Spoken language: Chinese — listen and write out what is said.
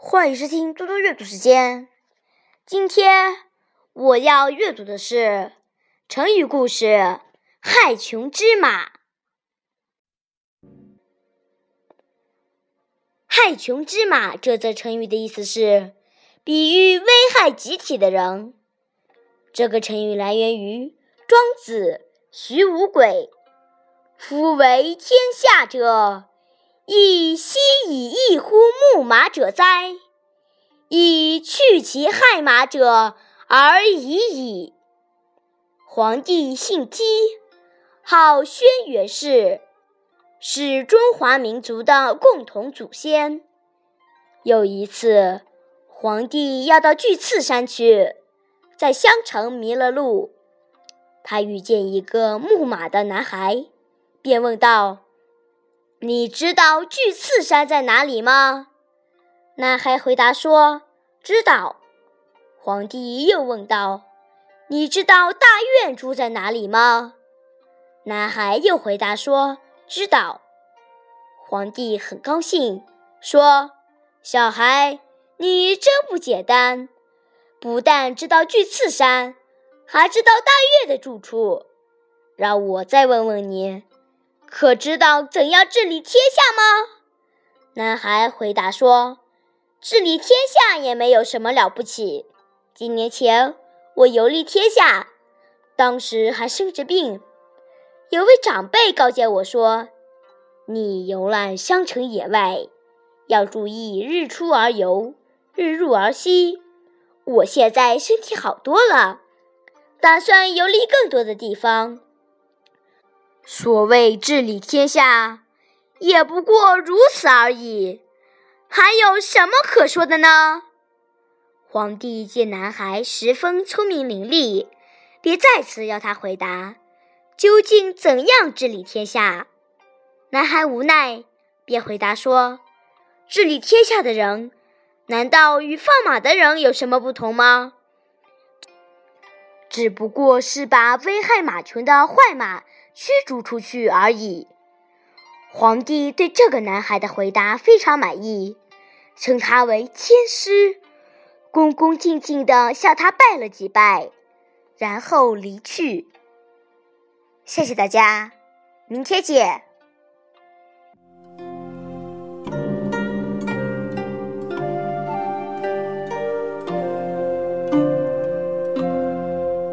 欢迎收听多多阅读时间。今天我要阅读的是成语故事害穷之马。害穷之马这则成语的意思是比喻危害集体的人。这个成语来源于庄子徐无鬼，夫为天下者，亦奚以异乎牧马者哉？以去其害马者而已矣。黄帝姓姬，号轩辕氏，是中华民族的共同祖先。有一次，黄帝要到巨刺山去，在襄城迷了路，他遇见一个牧马的男孩，便问道：你知道巨刺山在哪里吗？男孩回答说：知道。皇帝又问道：你知道大院住在哪里吗？男孩又回答说：知道。皇帝很高兴，说：小孩，你真不简单，不但知道巨刺山，还知道大院的住处。让我再问问你，可知道怎样治理天下吗？男孩回答说：治理天下也没有什么了不起。几年前我游历天下，当时还生着病，有位长辈告诫我说，你游览襄城野外，要注意日出而游，日入而息。我现在身体好多了，打算游历更多的地方。所谓治理天下，也不过如此而已，还有什么可说的呢？皇帝见男孩十分聪明伶俐，便再次要他回答，究竟怎样治理天下？男孩无奈，便回答说，治理天下的人，难道与放马的人有什么不同吗？只不过是把危害马群的坏马驱逐出去而已。皇帝对这个男孩的回答非常满意，称他为天师，恭恭敬敬地向他拜了几拜，然后离去。谢谢大家，明天见。